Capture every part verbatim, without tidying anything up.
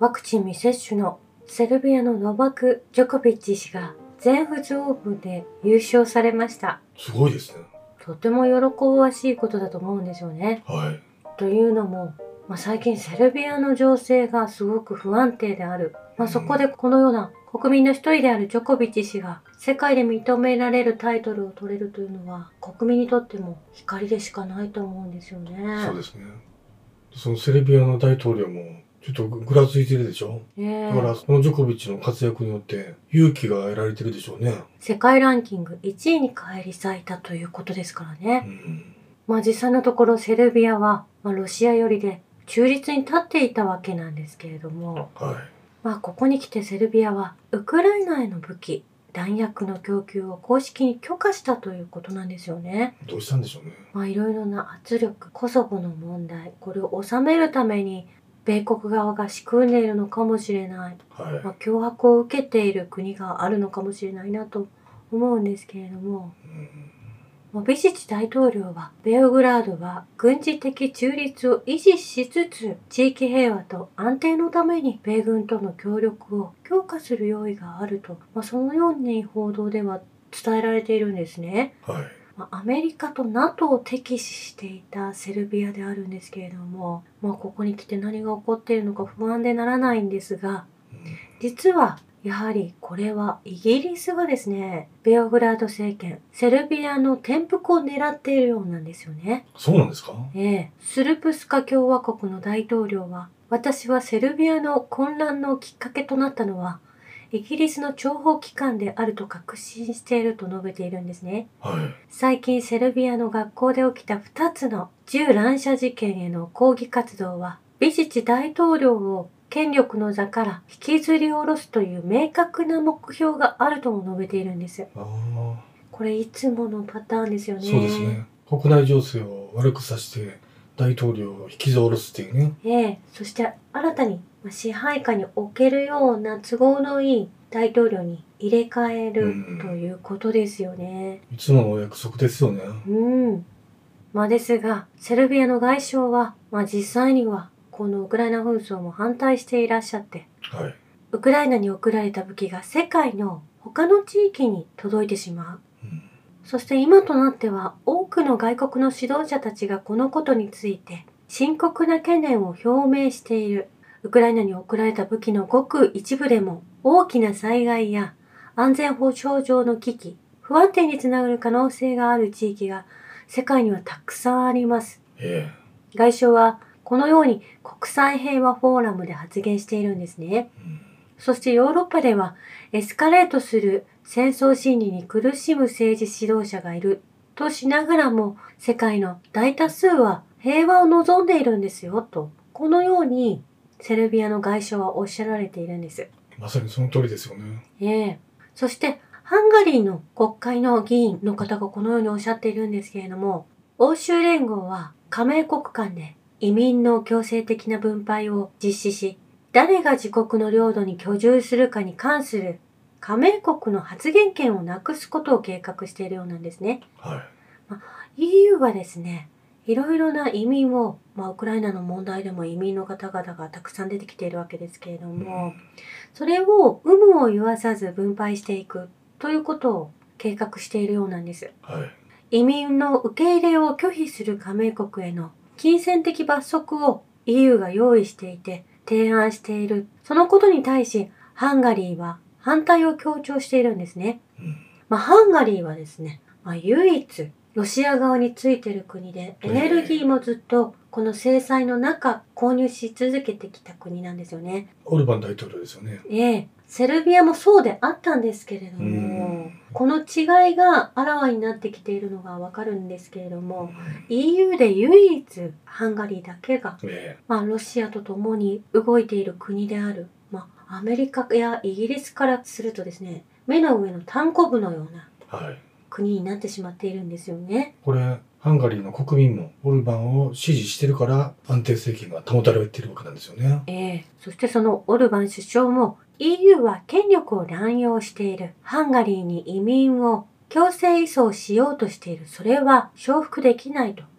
ワクチン未接種のセルビアのノバク・ジョコビッチ氏が全仏オープンで優勝されました。 すごいですね。 とても喜ばしいことだと思うんですよね。 はい。 というのも、まあ、最近セルビアの情勢がすごく不安定である。まあ、そこでこのような国民の一人であるジョコビッチ氏が世界で認められるタイトルを取れるというのは国民にとっても光でしかないと思うんですよね。 そうですね。そのセルビアの大統領もちょっとぐらついてるでしょ、 えー、 だからこのジョコビッチの活躍によって勇気が得られてるでしょうね。 世界ランキングいちいに返り咲いたということですからね。うん、まあ実際のところセルビアは、まあ、ロシア寄りで中立に立っていたわけなんですけれども、 はい、 まあここに来てセルビアはウクライナへの武器弾薬の供給を公式に許可したということなんですよね。 どうしたんでしょうね。 まあいろいろな圧力、コソボの問題、これを収めるために米国側が仕組んでいるのかもしれない。はい、まあ、脅迫を受けている国があるのかもしれないなと思うんですけれども、うん、ビシチ大統領はベオグラードは軍事的中立を維持しつつ地域平和と安定のために米軍との協力を強化する用意があると、まあ、そのように報道では伝えられているんですね。はい、アメリカと ナトー を敵視していたセルビアであるんですけれども、まあ、ここに来て何が起こっているのか不安でならないんですが、実はやはりこれはイギリスがですね、ベオグラード政権、セルビアの転覆を狙っているようなんですよね。 そうなんですか？ ええ。スルプスカ共和国の大統領は、私はセルビアの混乱のきっかけとなったのは、イギリスの諜報機関であると確信していると述べているんですね。はい、最近セルビアの学校で起きたふたつの銃乱射事件への抗議活動は、ビシチ大統領を権力の座から引きずり下ろすという明確な目標があるとも述べているんです。あ、これいつものパターンですよね。 そうですね。国内情勢を悪くさせて大統領を引きずり下ろすっていうね。 ええ、そして新たに支配下に置けるような都合のいい大統領に入れ替えるということですよね。 いつものお約束ですよね。 うん。まあですが、セルビアの外相は、まあ実際にはこのウクライナ紛争も反対していらっしゃって、はい、ウクライナに送られた武器が世界の他の地域に届いてしまう。うん、そして今となっては多くの外国の指導者たちがこのことについて深刻な懸念を表明している。ウクライナに送られた武器のごく一部でも大きな災害や安全保障上の危機、不安定につながる可能性がある地域が世界にはたくさんあります。ええ、外相はこのように国際平和フォーラムで発言しているんですね。うん、そしてヨーロッパではエスカレートする戦争心理に苦しむ政治指導者がいるとしながらも、世界の大多数は平和を望んでいるんですよと、このようにセルビアの外相はおっしゃられているんです。 まさにその通りですよね。 ええ。そしてハンガリーの国会の議員の方がこのようにおっしゃっているんですけれども、欧州連合は加盟国間で移民の強制的な分配を実施し、誰が自国の領土に居住するかに関する加盟国の発言権をなくすことを計画しているようなんですね。はい。まあ、イーユー はですね、いろいろな移民を、まあ、ウクライナの問題でも移民の方々がたくさん出てきているわけですけれども、うん、それを有無を言わさず分配していくということを計画しているようなんです。はい、移民の受け入れを拒否する加盟国への金銭的罰則を イーユー が用意していて提案している。そのことに対しハンガリーは反対を強調しているんですね。うん、まあ、ハンガリーはですね、まあ、唯一ロシア側についている国で、エネルギーもずっとこの制裁の中購入し続けてきた国なんですよね。 オルバン大統領ですよね。 ええ。セルビアもそうであったんですけれども、この違いがあらわになってきているのがわかるんですけれども、イーユー で唯一ハンガリーだけが、まあ、ロシアと共に動いている国である。まあ、アメリカやイギリスからするとですね、目の上のタンコブのような国になってしまっているんですよね。 これハンガリーの国民もオルバンを支持してるから安定政権が保たれているわけなんですよね。 ええ。そしてそのオルバン首相も イーユー は権力を乱用している。ハンガリーに移民を強制移送しようとしている。それは承服できないと。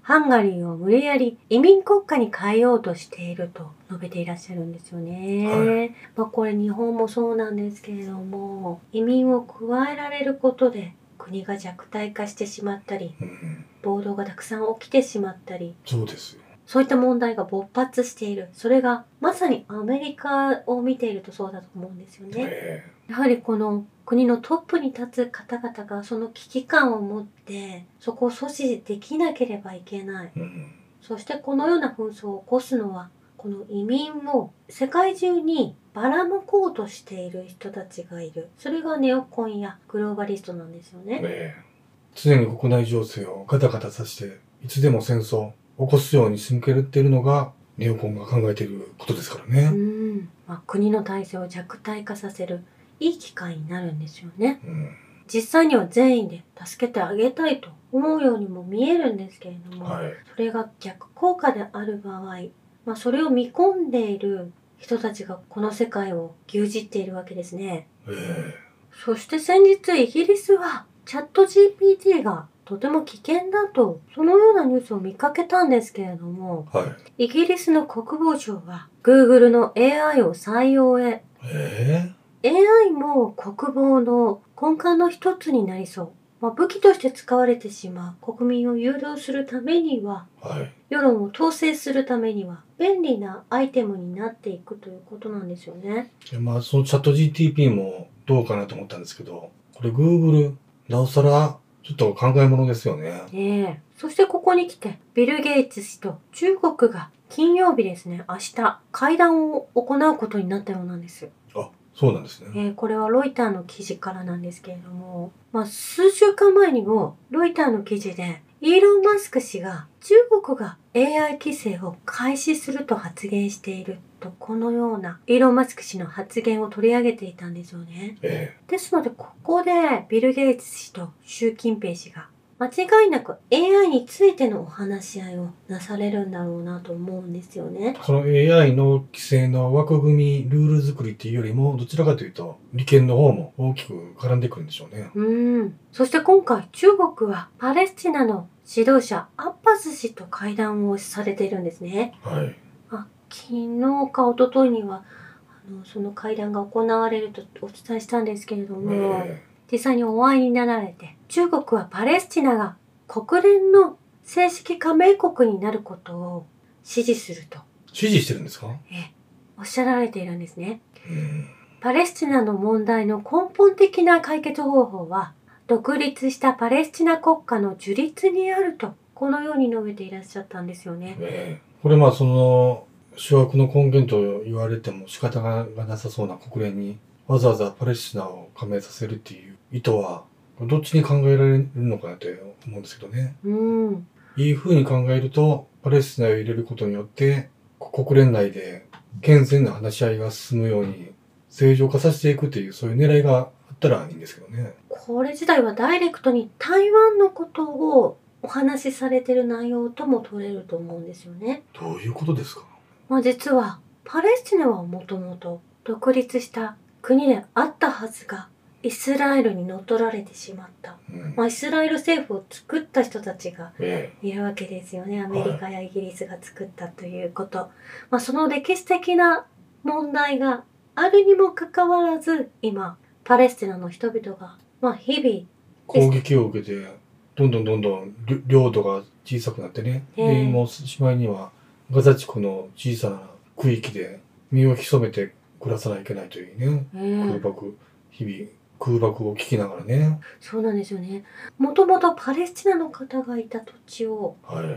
ハンガリーを無理やり移民国家に変えようとしていると述べていらっしゃるんですよね。 はい、 まあこれ日本もそうなんですけれども、移民を加えられることで国が弱体化してしまったり、 うん、 暴動がたくさん起きてしまったり、 そうですよ。 そういった問題が勃発している。それがまさにアメリカを見ているとそうだと思うんですよね。 えやはりこの国のトップに立つ方々がその危機感を持ってそこを阻止できなければいけない。 ーうん、 そしてこのような紛争を起こすのはこの移民を世界中にばらまこうとしている人たちがいる。それがネオコンやグローバリストなんですよね。 えー常に国内情勢をガタガタさせて、いつでも戦争を起こすように仕向けているのが、ネオコンが考えていることですからね。 うーん、まあ、国の体制を弱体化させるいい機会になるんですよね。 うん、 実際には善意で助けてあげたいと思うようにも見えるんですけれども、 はい、 それが逆効果である場合、まあ、それを見込んでいる人たちがこの世界を牛耳っているわけですね。 えそして先日イギリスはチャット ジーピーティー がとても危険だと、そのようなニュースを見かけたんですけれども、 ー、はい。 イギリスの国防省は Google の エーアイ を採用へ、 えエーアイ も国防の根幹の一つになりそう。まあ、武器として使われてしまう国民を誘導するためには、 ー、はい。 世論を統制するためには便利なアイテムになっていくということなんですよね。 でまあ、そのチャット ジーティーピー もどうかなと思ったんですけど、これ Google、なおさら、ちょっと考え物ですよね。 ねえ。そしてここに来て、ビル・ゲイツ氏と中国が金曜日ですね、明日会談を行うことになったようなんです。 あ、そうなんですね。 えー、これはロイターの記事からなんですけれども、まあ、数週間前にもロイターの記事でイーロン・マスク氏が中国が エーアイ 規制を開始すると発言していると、このようなイーロン・マスク氏の発言を取り上げていたんですよね。 えですのでここでビル・ゲイツ氏と習近平氏が間違いなく エーアイ についてのお話し合いをなされるんだろうなと思うんですよね。 ーその エーアイ の規制の枠組み、ルール作りっていうよりも、どちらかというと、利権の方も大きく絡んでくるんでしょうね。 うーん。そして今回中国はパレスチナの指導者アッバス氏と会談をされているんですね。 はい。 あ、昨日か一昨日にはあのその会談が行われるとお伝えしたんですけれども、 え実際にお会いになられて、中国はパレスチナが国連の正式加盟国になることを支持すると、 ー、支持してるんですか？ えおっしゃられているんですね。 うん。 パレスチナの問題の根本的な解決方法は、独立したパレスチナ国家の樹立にあると、このように述べていらっしゃったんですよね。 えーこれまあその、諸悪の根源と言われても仕方がなさそうな国連にわざわざパレスチナを加盟させるっていう意図は、どっちに考えられるのかなって思うんですけどね。 うーん。 いい風に考えると、パレスチナを入れることによって、国連内で健全な話し合いが進むように正常化させていくっていう、そういう狙いがあったらいいんですけどね。 これ自体はダイレクトに台湾のことをお話しされている内容とも取れると思うんですよね。 どういうことですか？ まあ実は、パレスチナはもともと独立した国であったはずが、イスラエルに乗っ取られてしまった。 うん。 まあ、イスラエル政府を作った人たちがえいるわけですよね。アメリカやイギリスが作ったということ。まあ、その歴史的な問題があるにもかかわらず、今、パレスチナの人々が、まあ、日々、 攻撃を受けて、どんどんどんどん領領土が小さくなってね。 ええで、もうしまいには、ガザ地区の小さな区域で身を潜めて暮らさないといけないというね。 ええ空爆、日々空爆を聞きながらね。 そうなんですよね。もともとパレスチナの方がいた土地をはい。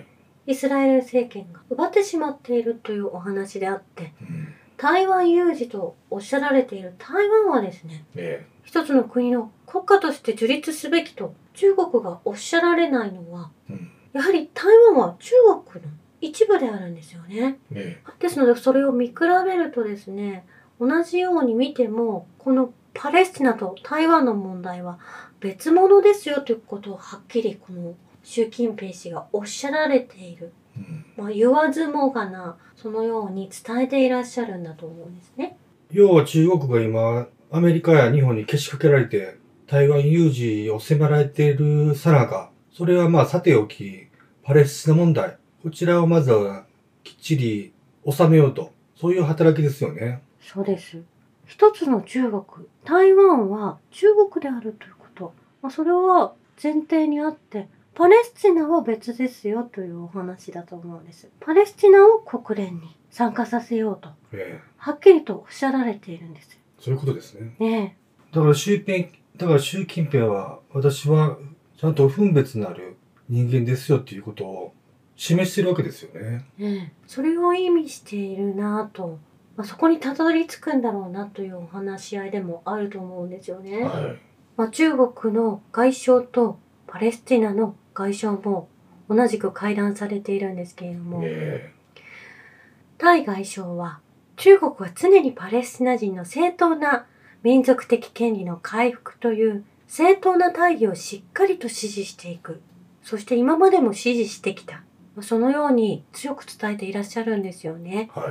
イスラエル政権が奪ってしまっているというお話であって、 うん。 台湾有事とおっしゃられている台湾はですね、 え一つの国の国家として樹立すべきと中国がおっしゃられないのは、 え。うん。 やはり台湾は中国の一部であるんですよね。 えですのでそれを見比べるとですね、同じように見ても、このパレスチナと台湾の問題は別物ですよということをはっきりこの習近平氏がおっしゃられている。 え。うん。 まあ、言わずもがな、そのように伝えていらっしゃるんだと思うんですね。 要は中国が今、アメリカや日本にけしかけられて、台湾有事を迫られているさなか、それはまあさておき、 パレスチナ問題、こちらをまずはきっちり収めようと、そういう働きですよね。 そうです。一つの中国、台湾は中国であるということ。まあ、それは前提にあって、パレスチナは別ですよというお話だと思うんです。パレスチナを国連に参加させようと、 ええ、 はっきりとおっしゃられているんです。 そういうことですね。 ねだから習近だから習近平は、私はちゃんと分別のある人間ですよっていうことを示してるわけですよね。 え、ねえ、それを意味しているなぁと、まあ、そこにたどり着くんだろうなというお話し合いでもあると思うんですよね。 はい。 まあ、中国の外相とパレスチナの外相も同じく会談されているんですけれども、 えタイ外相は中国は常にパレスチナ人の正当な民族的権利の回復という正当な大義をしっかりと支持していく。そして今までも支持してきた。そのように強く伝えていらっしゃるんですよね。 え、はい。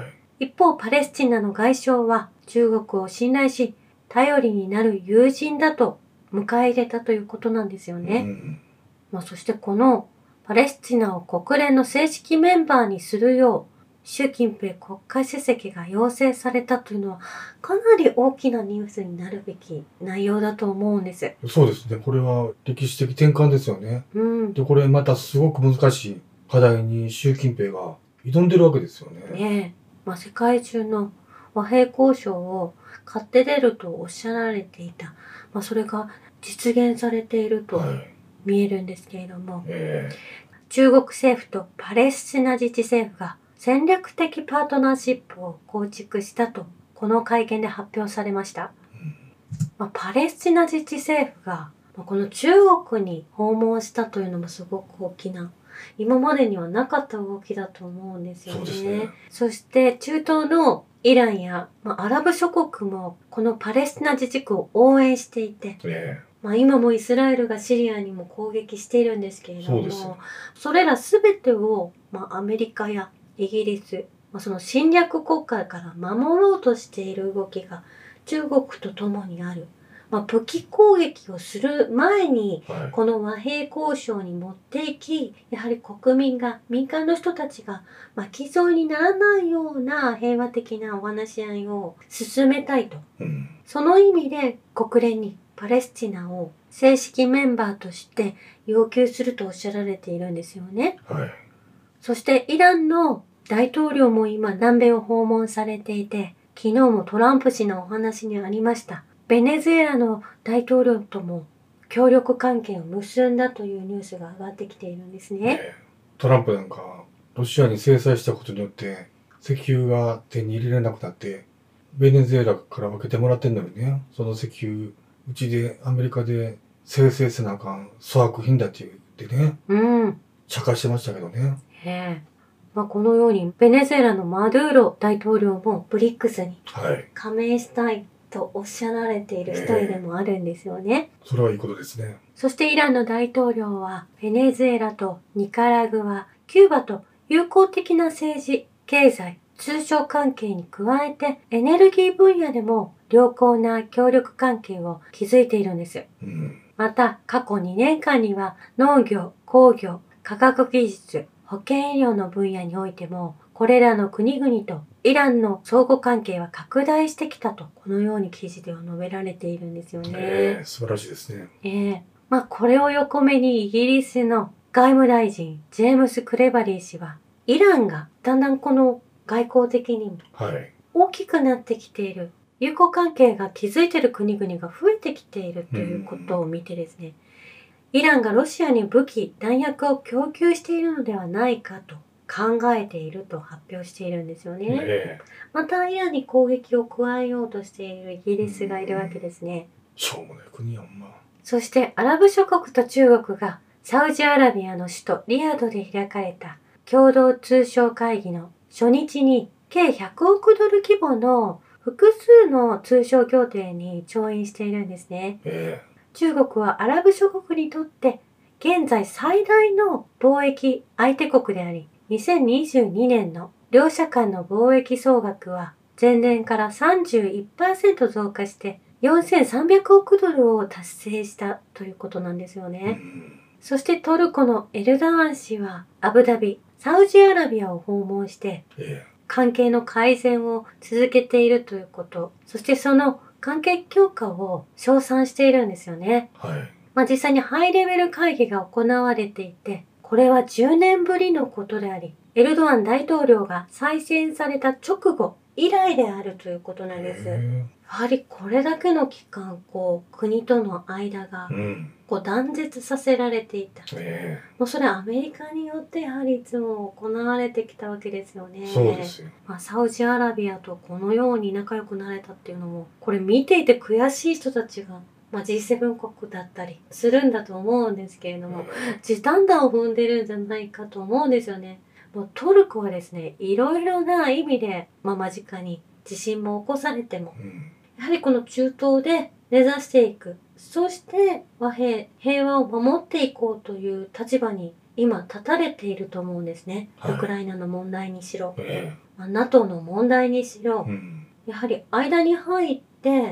一方、パレスチナの外相は中国を信頼し、頼りになる友人だと迎え入れたということなんですよね。 うん、 まあ、そしてこのパレスチナを国連の正式メンバーにするよう、習近平国家主席が要請されたというのは、かなり大きなニュースになるべき内容だと思うんです。 そうですね。これは歴史的転換ですよね。 うん。 で、これまたすごく難しい課題に習近平が挑んでるわけですよね。 ねえ。まあ、世界中の和平交渉を買って出るとおっしゃられていた。まあ、それが実現されているとはい。 見えるんですけれども、 え中国政府とパレスチナ自治政府が戦略的パートナーシップを構築したと、この会見で発表されました。まあ、パレスチナ自治政府が、まあ、この中国に訪問したというのもすごく大きな、今までにはなかった動きだと思うんですよね。 そうですね。 そして中東のイランや、まあ、アラブ諸国もこのパレスチナ自治区を応援していて、 えまあ、今もイスラエルがシリアにも攻撃しているんですけれども、 そうですよ。 それらすべてを、まあ、アメリカやイギリス、まあ、その侵略国家から守ろうとしている動きが中国と共にある。まあ、武器攻撃をする前にはい。 この和平交渉に持っていき、やはり国民が、民間の人たちが巻き添えにならないような平和的なお話し合いを進めたいと。 うん。 その意味で国連にパレスチナを正式メンバーとして要求するとおっしゃられているんですよね。 はい。 そしてイランの大統領も今南米を訪問されていて、昨日もトランプ氏のお話にありました。ベネズエラの大統領とも協力関係を結んだというニュースが上がってきているんですね。 ええ、トランプなんか、ロシアに制裁したことによって、石油が手に入れられなくなって、ベネズエラから分けてもらってんのにね、その石油、うちで、アメリカで生成せなあかん粗悪品だって言ってね、 うん。 茶化してましたけどね。 ええ。まあ、このようにベネズエラのマドゥーロ大統領もブリックスにはい。 加盟したいとおっしゃられている一人でもあるんですよね。 それはいいことですね。 そしてイランの大統領はベネズエラとニカラグア、キューバと友好的な政治、経済、通商関係に加えてエネルギー分野でも良好な協力関係を築いているんです。 うん。 また過去にねんかんには農業、工業、科学技術、保健医療の分野においてもこれらの国々とイランの相互関係は拡大してきたとこのように記事では述べられているんですよね。 ええ、素晴らしいですね。 ええ、まあこれを横目にイギリスの外務大臣ジェームス・クレバリー氏はイランがだんだんこの外交的にもはい。 大きくなってきている、友好関係が築いている国々が増えてきているということを見てですね、イランがロシアに武器、弾薬を供給しているのではないかと考えていると発表しているんですよね。 ええ、 またイランに攻撃を加えようとしているイギリスがいるわけですね。 しょうもない国やんま。 そしてアラブ諸国と中国がサウジアラビアの首都リヤドで開かれた共同通商会議の初日に計ひゃくおくドル規模の複数の通商協定に調印しているんですね。 え中国はアラブ諸国にとって現在最大の貿易相手国であり、にせんにじゅうにねんの両者間の貿易総額は前年から さんじゅういちパーセント 増加してよんせんさんびゃくおくドルを達成したということなんですよえ、うね。 ん。 そしてトルコのエルダアン氏はアブダビ、サウジアラビアを訪問して、 え関係の改善を続けているということ、そしてその関係強化を称賛しているんですよね。 えはい。 まあ実際にハイレベル会議が行われていて、これはじゅうねんぶりのことであり、エルドアン大統領が再選された直後以来であるということなんです。やへはりこれだけの期間、こう、国との間がえ、うん。 こう断絶させられていた。 えもうそれはアメリカによってやはりいつも行われてきたわけですよね。 えそうですよ。 まあ、サウジアラビアとこのように仲良くなれたっていうのも、これ見ていて悔しい人たちが、まあ、ジーセブン 国だったりするんだと思うんですけれども、時短弾を踏んでるんじゃないかと思うんですよね。もうトルコはですね、いろいろな意味で、まあ、間近に地震も起こされても、 うんやはりこの中東で根ざしていく。そして和平、平和を守っていこうという立場に今立たれていると思うんですね。 はいウクライナの問題にしろ、 えまあ、ナトー の問題にしろえ、うんやはり間に入って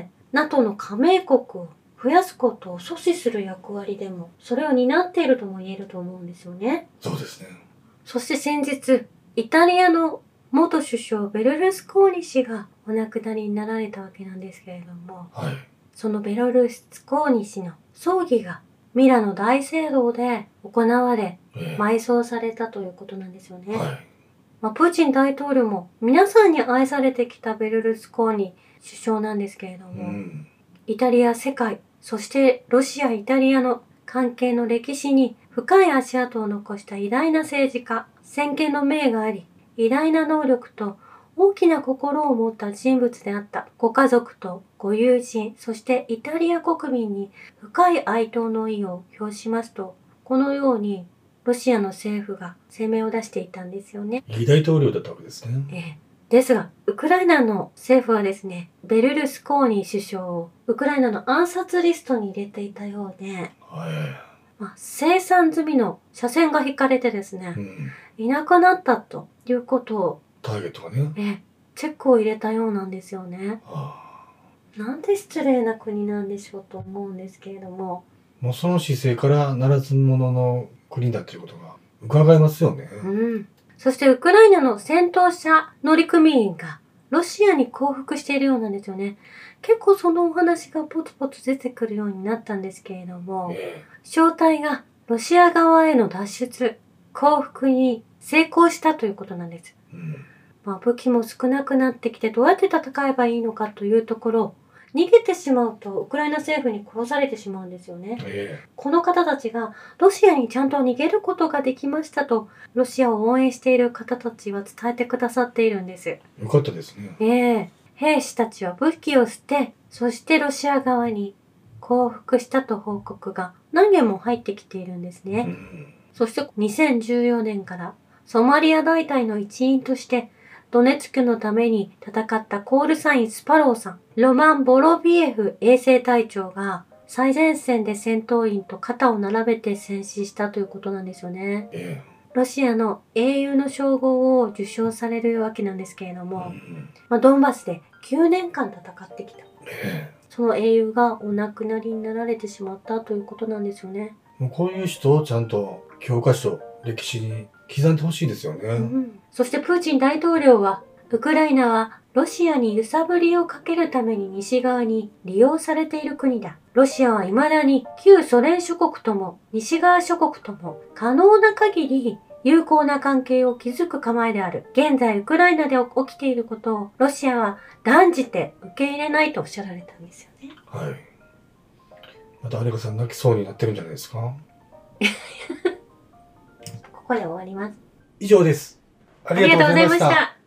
ナトー の加盟国を増やすことを阻止する役割でも、それを担っているとも言えると思うんですよね。 そうですね。 そして先日、イタリアの元首相ベルルスコーニ氏がお亡くなりになられたわけなんですけれども、 はい。 そのベルルスコーニ氏の葬儀がミラノ大聖堂で行われ、 え埋葬されたということなんですよね。 えはい。 まあ、プーチン大統領も皆さんに愛されてきたベルルスコーニ首相なんですけれどうも、 ん。 イタリア、世界、そしてロシア、イタリアの関係の歴史に深い足跡を残した偉大な政治家、先見の明があり、偉大な能力と大きな心を持った人物であった。ご家族とご友人、そしてイタリア国民に深い哀悼の意を表しますと、このようにロシアの政府が声明を出していたんですよね。 いい大統領だったわけですね。 ええですが、ウクライナの政府はですね、ベルルスコーニ首相をウクライナの暗殺リストに入れていたようで、 はまあ、生産済みの車線が引かれてですい。うね、 ん。 いなくなったということを、 ターゲットがね。 ええチェックを入れたようなんですよね。 ああ。 なんて失礼な国なんでしょうと思うんですけれども、 もうその姿勢からならず者の国だということが伺えますよね。 うん。そしてウクライナの戦闘車乗組員がロシアに降伏しているようなんですよね。結構そのお話がポツポツ出てくるようになったんですけれども、 え正体がロシア側への脱出、降伏に成功したということなんです。 えうん。 まあ、武器も少なくなってきてどうやって戦えばいいのかというところ、逃げてしまうとウクライナ政府に殺されてしまうんですよね。 えこの方たちがロシアにちゃんと逃げることができましたと、ロシアを応援している方たちは伝えてくださっているんです。 えよかったですね。 ええ兵士たちは武器を捨て、そしてロシア側に降伏したと報告が何件も入ってきているんですうね。 ん。 そしてにせんじゅうよねんからソマリア大隊の一員としてドネツクのために戦ったコールサイン・スパローさん、ロマン・ボロビエフ衛生隊長が最前線で戦闘員と肩を並べて戦死したということなんですよね。 えロシアの英雄の称号を受賞されるわけなんですけれどえうも、 ん。 まあ、ドンバスできゅうねんかん戦ってきた。 えその英雄がお亡くなりになられてしまったということなんですよね。 えもうこういう人をちゃんと教科書、歴史に刻んでほしいですよね。 うん、そしてプーチン大統領は、ウクライナはロシアに揺さぶりをかけるために西側に利用されている国だ。ロシアは未だに旧ソ連諸国とも西側諸国とも可能な限り友好な関係を築く構えである。現在ウクライナで起きていることをロシアは断じて受け入れないとおっしゃられたんですよね。 はい。またアレカさん泣きそうになってるんじゃないですか。 ここで終わります。 以上です。あありがとうございました。